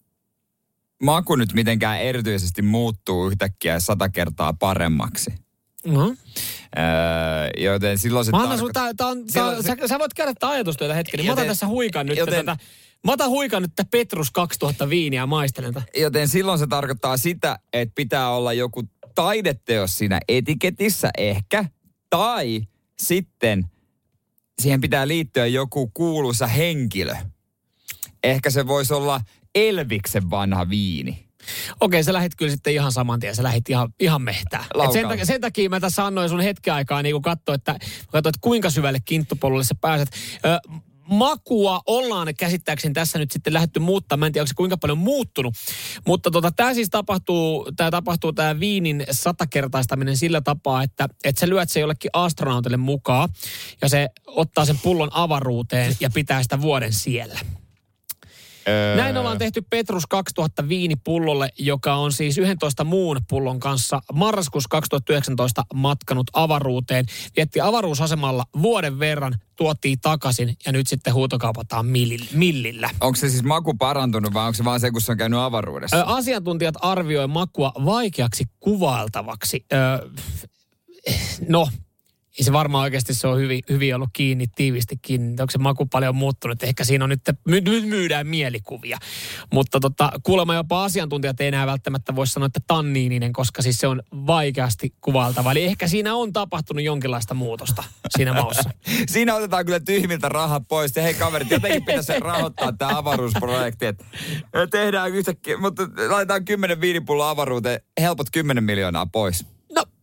maku nyt mitenkään erityisesti muuttuu yhtäkkiä sata kertaa paremmaksi. No. Öö, joten silloin se... Tarko- sun, tää, tää on, tää, se... sä, sä voit käydä tätä ajatustyötä hetken, niin joten, mä otan tässä huikan nyt joten, tätä. Mä otan huikan nyt tätä Petrus kaksituhatta viiniä ja maistelen tätä. Joten silloin se tarkoittaa sitä, että pitää olla joku taideteos siinä etiketissä ehkä, tai sitten siihen pitää liittyä joku kuuluisa henkilö. Ehkä se voisi olla Elviksen vanha viini. Okei, sä lähit kyllä sitten ihan saman tien, sä lähit ihan, ihan mehtään. Sen, takia, sen takia mä tässä annoin sun hetken aikaa niin katsoa, että, katso, että kuinka syvälle kinttupolulle sä pääset. Ö, makua ollaan käsittääkseni tässä nyt sitten lähdetty muuttaa. Mä en tiedä, onko se kuinka paljon muuttunut. Mutta tota, tämä siis tapahtuu, tämä tapahtuu tämä viinin satakertaistaminen sillä tapaa, että, että sä lyöt se jollekin astronautille mukaan ja se ottaa sen pullon avaruuteen ja pitää sitä vuoden siellä. Öö. Näin ollaan tehty Petrus kaksituhatta viinipullolle, joka on siis yhdentoista muun pullon kanssa marraskuussa kaksituhattayhdeksäntoista matkanut avaruuteen. Vietti avaruusasemalla vuoden verran, tuotiin takaisin ja nyt sitten huutokaupataan millillä. Onko se siis maku parantunut vai onko se vaan se, kun se on käynyt avaruudessa? Öö, asiantuntijat arvioi makua vaikeaksi kuvailtavaksi. Öö, no... Ei se varmaan oikeasti se on hyvin, hyvin ollut kiinni, tiivisti kiinni. Onko se maku paljon muuttunut? Ehkä siinä on nyt, nyt myydään mielikuvia. Mutta tota, kuulemma jopa asiantuntijat ei enää välttämättä voi sanoa, että tanniininen, koska siis se on vaikeasti kuvailtava. Eli ehkä siinä on tapahtunut jonkinlaista muutosta siinä maussa. Siinä otetaan kyllä tyhmiltä rahat pois. Ja hei kaverit, jotenkin pitäisi rahoittaa tämä avaruusprojekti. Että tehdään yhtäkkiä, mutta laitetaan kymmenen viinipulloa avaruuteen, helpot kymmenen miljoonaa pois. No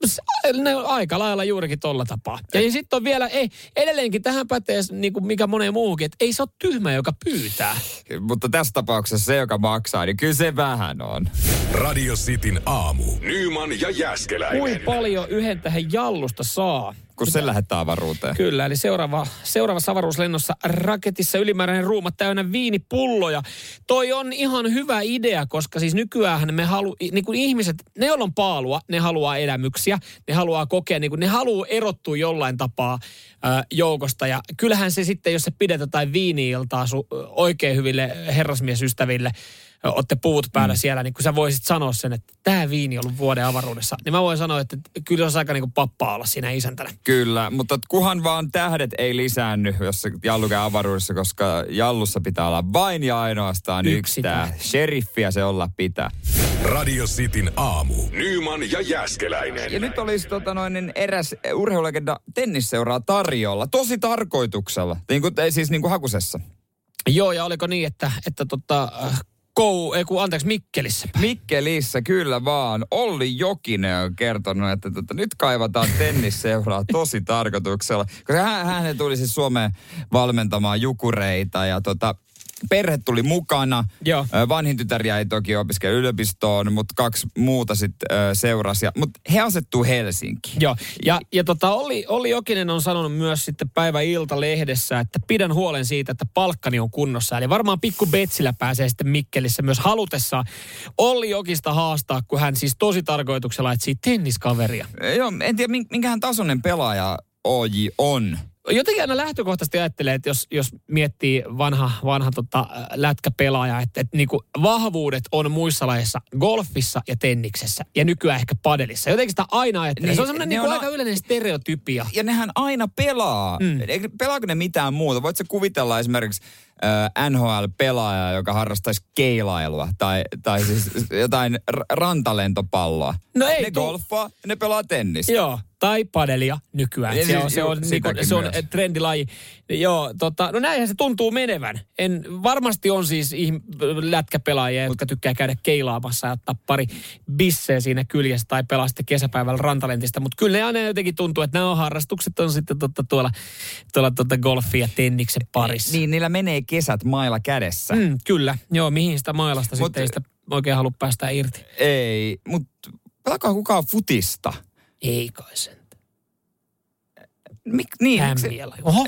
Ne on aika lailla juurikin tolla tapaa. Ja, ja sitten on vielä, ei, edelleenkin tähän pätee, niin kuin mikä moneen muuhunkin, että ei se ole tyhmä, joka pyytää. Mutta tässä tapauksessa se, joka maksaa, niin kyllä se vähän on. Radio Cityn aamu. Nyman ja Jääskeläinen. Kuin paljon yhden tähän jallusta saa? Kun se lähettää avaruuteen. Kyllä, eli seuraava, seuraavassa avaruuslennossa raketissa ylimääräinen ruuma täynnä viinipulloja. Toi on ihan hyvä idea, koska siis nykyään me halu, niin kuin ihmiset, ne joilla on paalua, ne haluaa elämyksiä, ne haluaa kokea, niin kuin ne haluaa erottua jollain tapaa ää, joukosta. Ja kyllähän se sitten, jos se pidetään jotain viini-iltaa su, oikein hyville herrasmiesystäville, ootte puut päällä mm. siellä, niin kun sä voisit sanoa sen, että tämä viini on ollut vuoden avaruudessa, niin mä voin sanoa, että kyllä olisi aika niin kuin pappaa olla siinä isäntänä. Kyllä, mutta kuhan vaan tähdet ei lisäänny, jos se jallu käy avaruudessa, koska jallussa pitää olla vain ja ainoastaan yksi tämä. Sheriffiä se olla pitää. Radio Cityn aamu. Nyman ja Jääskeläinen. Ja nyt olisi tota noin, niin eräs urheilulegenda tennisseuraa tarjolla. Tosi tarkoituksella. Niin kuin, siis niin kuin Hakusessa. Joo, ja oliko niin, että, että tota... Kou, ei kun, anteeksi, Mikkelissä. Mikkelissä, kyllä vaan. Olli Jokinen on kertonut, että tota, nyt kaivataan tennisseuraa tosi tarkoituksella. Koska hän, hän tuli siis Suomeen valmentamaan jukureita ja tota, perhe tuli mukana. Joo. Vanhin tytär jäi toki opiskella yliopistoon, mutta kaksi muuta sitten seurasi. Mutta he asettuu Helsinkiin. Joo, ja, ja tota, Olli, Olli Jokinen on sanonut myös sitten Päivä Ilta-lehdessä, että pidän huolen siitä, että palkkani on kunnossa. Eli varmaan pikku Betsillä pääsee sitten Mikkelissä myös halutessaan Olli Jokista haastaa, kun hän siis tosi tarkoituksella etsii tenniskaveria. Joo, en tiedä minkähän tasoinen pelaaja O J on. Jotenkin aina lähtökohtaisesti ajattelee, että jos, jos miettii vanha, vanha tota, lätkäpelaaja, että, että niinku vahvuudet on muissa lajeissa golfissa ja tenniksessä ja nykyään ehkä padelissa. Jotenkin sitä aina ajattelee. Niin, se on semmoinen niinku on aika yleinen stereotypia. Ja nehän aina pelaa. Mm. Pelaako ne mitään muuta? Voitko kuvitella esimerkiksi äh, N H L-pelaajaa, joka harrastaisi keilailua tai, tai siis jotain r- rantalentopalloa? No ei, ne tu- golfaa, ne pelaa tennistä. Joo. Tai padelia nykyään. Se on, se on, niinku, se on trendilaji. Joo, tota, no näinhän se tuntuu menevän. En, varmasti on siis lätkäpelaajia, jotka tykkää käydä keilaamassa ja ottaa pari bisseä siinä kyljessä tai pelaa sitten kesäpäivällä rantalentistä. Mutta kyllä ne aina jotenkin tuntuu, että nämä harrastukset on sitten totta, tuolla, tuolla tuota golfia ja tenniksen parissa. Niin, niillä menee kesät mailla kädessä. Mm, kyllä, joo, mihin sitä mailasta Mut, sitten ei sitä oikein halua päästä irti. Ei, mutta pelaakaan kukaan futista. Ei kai sen. Mik, niin, Ämmiellä. Oho.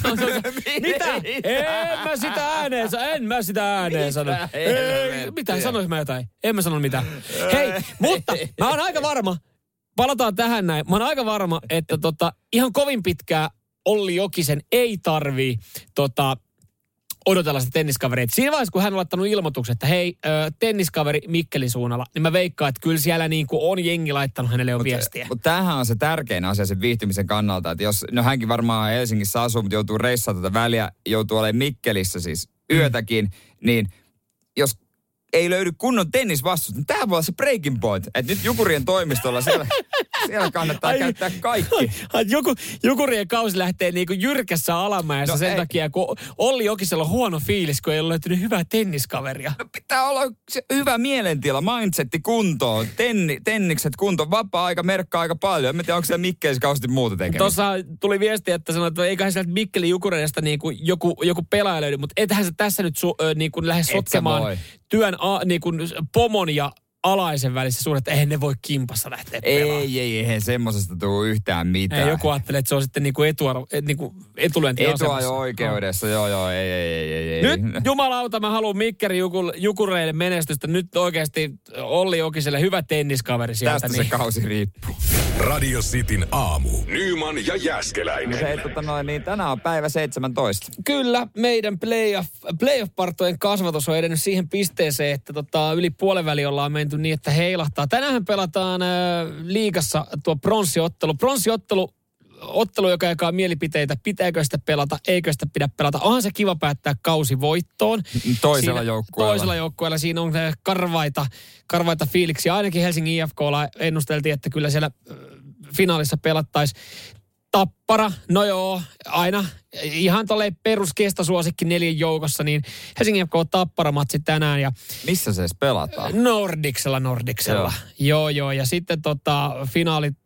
Mitä? En mä sitä ääneen sano. En mä sitä ääneen sano. Ei, mitä? Sanois mä jotain? En mä sano mitään. Hei, mutta mä oon aika varma. Palataan tähän näin. Mä oon aika varma, että tota, ihan kovin pitkää Olli Jokisen ei tarvii tota, odotella sitä tenniskavereita. Siinä vaiheessa, kun hän on laittanut ilmoituksen, että hei, ö, tenniskaveri Mikkelin suunnalla, niin mä veikkaan, että kyllä siellä niin kuin on jengi laittanut hänelle jo mut, viestiä. Mutta tämähän on se tärkein asia sen viihtymisen kannalta, että jos, no hänkin varmaan Helsingissä asuu, mutta joutuu reissaamaan tätä väliä, joutuu olemaan Mikkelissä siis yötäkin, mm. niin jos ei löydy kunnon tennisvastusta, niin tämä voi olla se breaking point. Että nyt Jukurien toimistolla siellä, siellä kannattaa ai, käyttää kaikki. Ai, joku, Jukurien kausi lähtee niinku jyrkässä alamäessä no sen ei. takia, kun Olli Jokisella on huono fiilis, kun ei ole löytynyt hyvää tenniskaveria. No pitää olla se hyvä mielentila, mindsetti kuntoon, tenni, tennikset kuntoon, vapaa-aika merkkaa aika paljon. En tiedä, onko siellä Mikkelissä kauheasti muuta tekemistä. Tuossa tuli viesti, että sanoi, että eiköhän sieltä Mikkelin Jukureista niinku joku, joku pelaaja löydy, mutta ethän se tässä nyt su, ö, niinku lähde sotkemaan työn a, niinku pomon ja alaisen välissä suhdet, eihän ne voi kimpassa lähteä pelaamaan. Ei, ei, eihän semmosesta tule yhtään mitään. Ei, joku ajattelee, että se on sitten niinku etuarvo, niinku etulyöntiasemassa. Etuajo oikeudessa, joo, joo, ei, ei, ei, ei. Nyt jumalauta, mä haluan Mikkerin Jukureille menestystä. Nyt oikeasti Olli Jokiselle hyvä tenniskaveri sieltä. Tästä niin. Se kausi riippuu. Radio Cityn aamu. Nyman ja Jääskeläinen. Se, tota noin, niin tänään on päivä seitsemäntoista. Kyllä, meidän playoff, playoff-partojen kasvatus on edennyt siihen pisteeseen, että tota, yli puolen väli ollaan menty niin, että heilahtaa. Tänään pelataan äh, liigassa tuo pronssiottelu. Pronssiottelu, ottelu, joka jakaa mielipiteitä, pitääkö sitä pelata, eikö sitä pidä pelata. Onhan se kiva päättää kausi voittoon. Toisella joukkueella. Toisella joukkueella. Siinä on karvaita, karvaita fiiliksiä. Ainakin Helsingin I F K:lla ennusteltiin, että kyllä siellä äh, finaalissa pelattaisiin. Tappara, no joo, aina ihan tolleen peruskestasuosikki neljän joukossa, niin Helsingin F K Tappara-matsi tänään. Ja missä se edes pelataan? Nordicsella, Nordicsella. Joo, joo, joo. Ja sitten tota, finaalit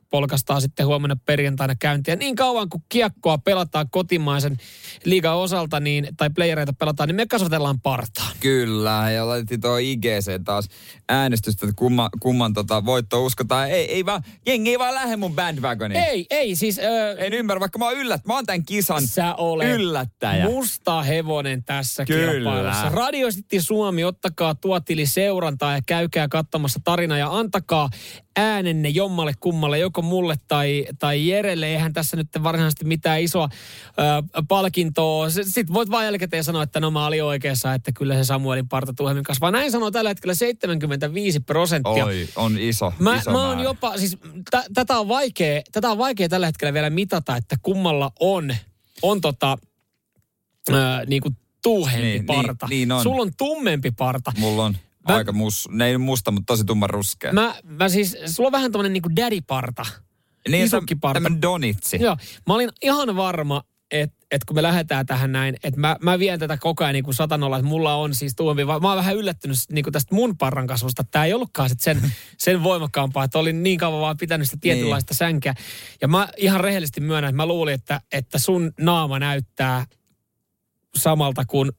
polkastaa sitten huomenna perjantaina käyntiä. Niin kauan kuin kiekkoa pelataan kotimaisen liigan osalta, niin, tai playereita pelataan, niin me kasvatellaan partaa. Kyllä, ja laitettiin tuo I G C taas äänestystä, että kumman, kumman tota voittoa uskotaan. Ei, ei vaan, jengi ei vaan lähde mun bandwagoniin. Ei, ei siis... Öö, en ymmärrä, vaikka mä oon yllät, mä oon tämän kisan sä olet yllättäjä. musta hevonen tässä Kyllä. kilpailussa. Radio City Suomi, ottakaa tuo tili seurantaa ja käykää katsomassa tarina ja antakaa äänenne jommalle kummalle, joko mulle tai, tai Jerelle. Eihän tässä nyt varsinaisesti mitään isoa ö, palkintoa. Sitten voit vaan jälkikäteen sanoa, että no mä olin oikeassa, että kyllä se Samuelin parta tuhemmin kasvaa. Näin sanoo tällä hetkellä seitsemänkymmentäviisi prosenttia. Oi, on iso, mä, iso mä oon määrä. jopa, siis t- tätä on vaikea, tätä on vaikea tällä hetkellä vielä mitata, että kummalla on, on tota, ö, niinku tuuhempi niin, parta. Niin, niin on. Sulla on tummempi parta. Mulla on Mä, aika mus, ne ei musta, mutta tosi tumman ruskea. Mä, mä siis, sulla on vähän tommonen niinku daddy-parta. Niin, Isukkiparta. Tämän donitsi. Joo, mä olin ihan varma, että et kun me lähdetään tähän näin, että mä, mä vien tätä koko ajan niin kuin satanolla, että mulla on siis tuompi. Mä oon vähän yllättynyt niin kuin tästä mun parran kasvusta. Tää ei ollutkaan sit sen, sen voimakkaampaa, että olin niin kauan vaan pitänyt sitä tietynlaista niin. sänkeä. Ja mä ihan rehellisesti myönnän, että mä luulin, että, että sun naama näyttää samalta kuin,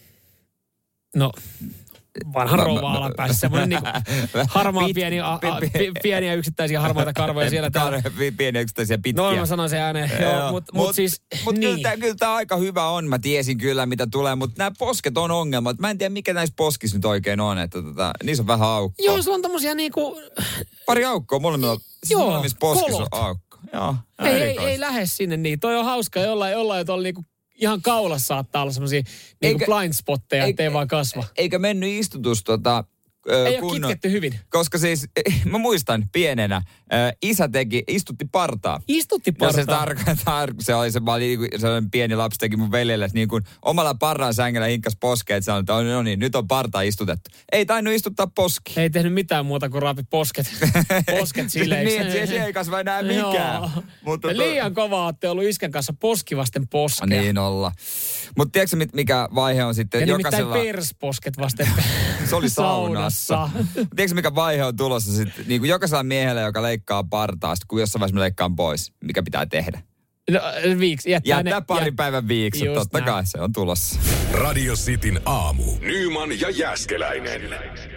no... vanhan rouva alapäässä. Semmoinen niin harmaa Pit, pieni, a, a, pi, pi, pieniä yksittäisiä harmaita karvoja siellä. Kar, pieniä yksittäisiä pitkiä. Noin mä sanoin sen ääneen. Joo, mutta mut, mut siis Mutta niin. kyllä, kyllä tämä aika hyvä on. Mä tiesin kyllä, mitä tulee. Mutta nämä posket on ongelma. Mä en tiedä, mikä näissä poskissa nyt oikein on. Että tota, niissä on vähän aukkoa. Joo, sulla on tommosia niinku... Pari aukkoa. Molemmilla, siis molemmissa poskissa on aukko. Joo, ei, ei, ei lähde sinne niin. Toi on hauska. Jollain, jollain tuolla niinku ihan kaulassa saattaa olla semmosia niinku blind spotteja, ettei vaan kasva. Eikä mennyt istutus tota... Ei ole kitketty hyvin. Koska siis, mä muistan pienenä, äh, isä teki, istutti partaa. Istutti partaa? Ja se tarkoittaa, se oli se, mä olin, sellainen pieni lapsi teki mun veljelle, niin kuin omalla parran sängellä hinkkas poskeen, että sanoi, että no niin, nyt on parta istutettu. Ei tainnut istuttaa poski. Ei tehnyt mitään muuta kuin raapi posket. Posket silleen. Niin, että se ei kasva enää mikään. Mutta to... Liian kova ootte ollut iskän kanssa poskivasten poskea. Niin olla. Mutta tiedätkö mikä vaihe on sitten? Ja jokaisella... nimittäin persposket vasten se oli saunassa. Tiedätkö mikä vaihe on tulossa sitten? Niin kuin jokaisella miehellä, joka leikkaa partaa, kun jossain vaiheessa mä leikkaan pois, mikä pitää tehdä? No, viiksi. Jättää, Jättää ne, parin jät... päivän viiksi, totta näin. Kai se on tulossa. Radio Cityn aamu. Nyman ja Jääskeläinen.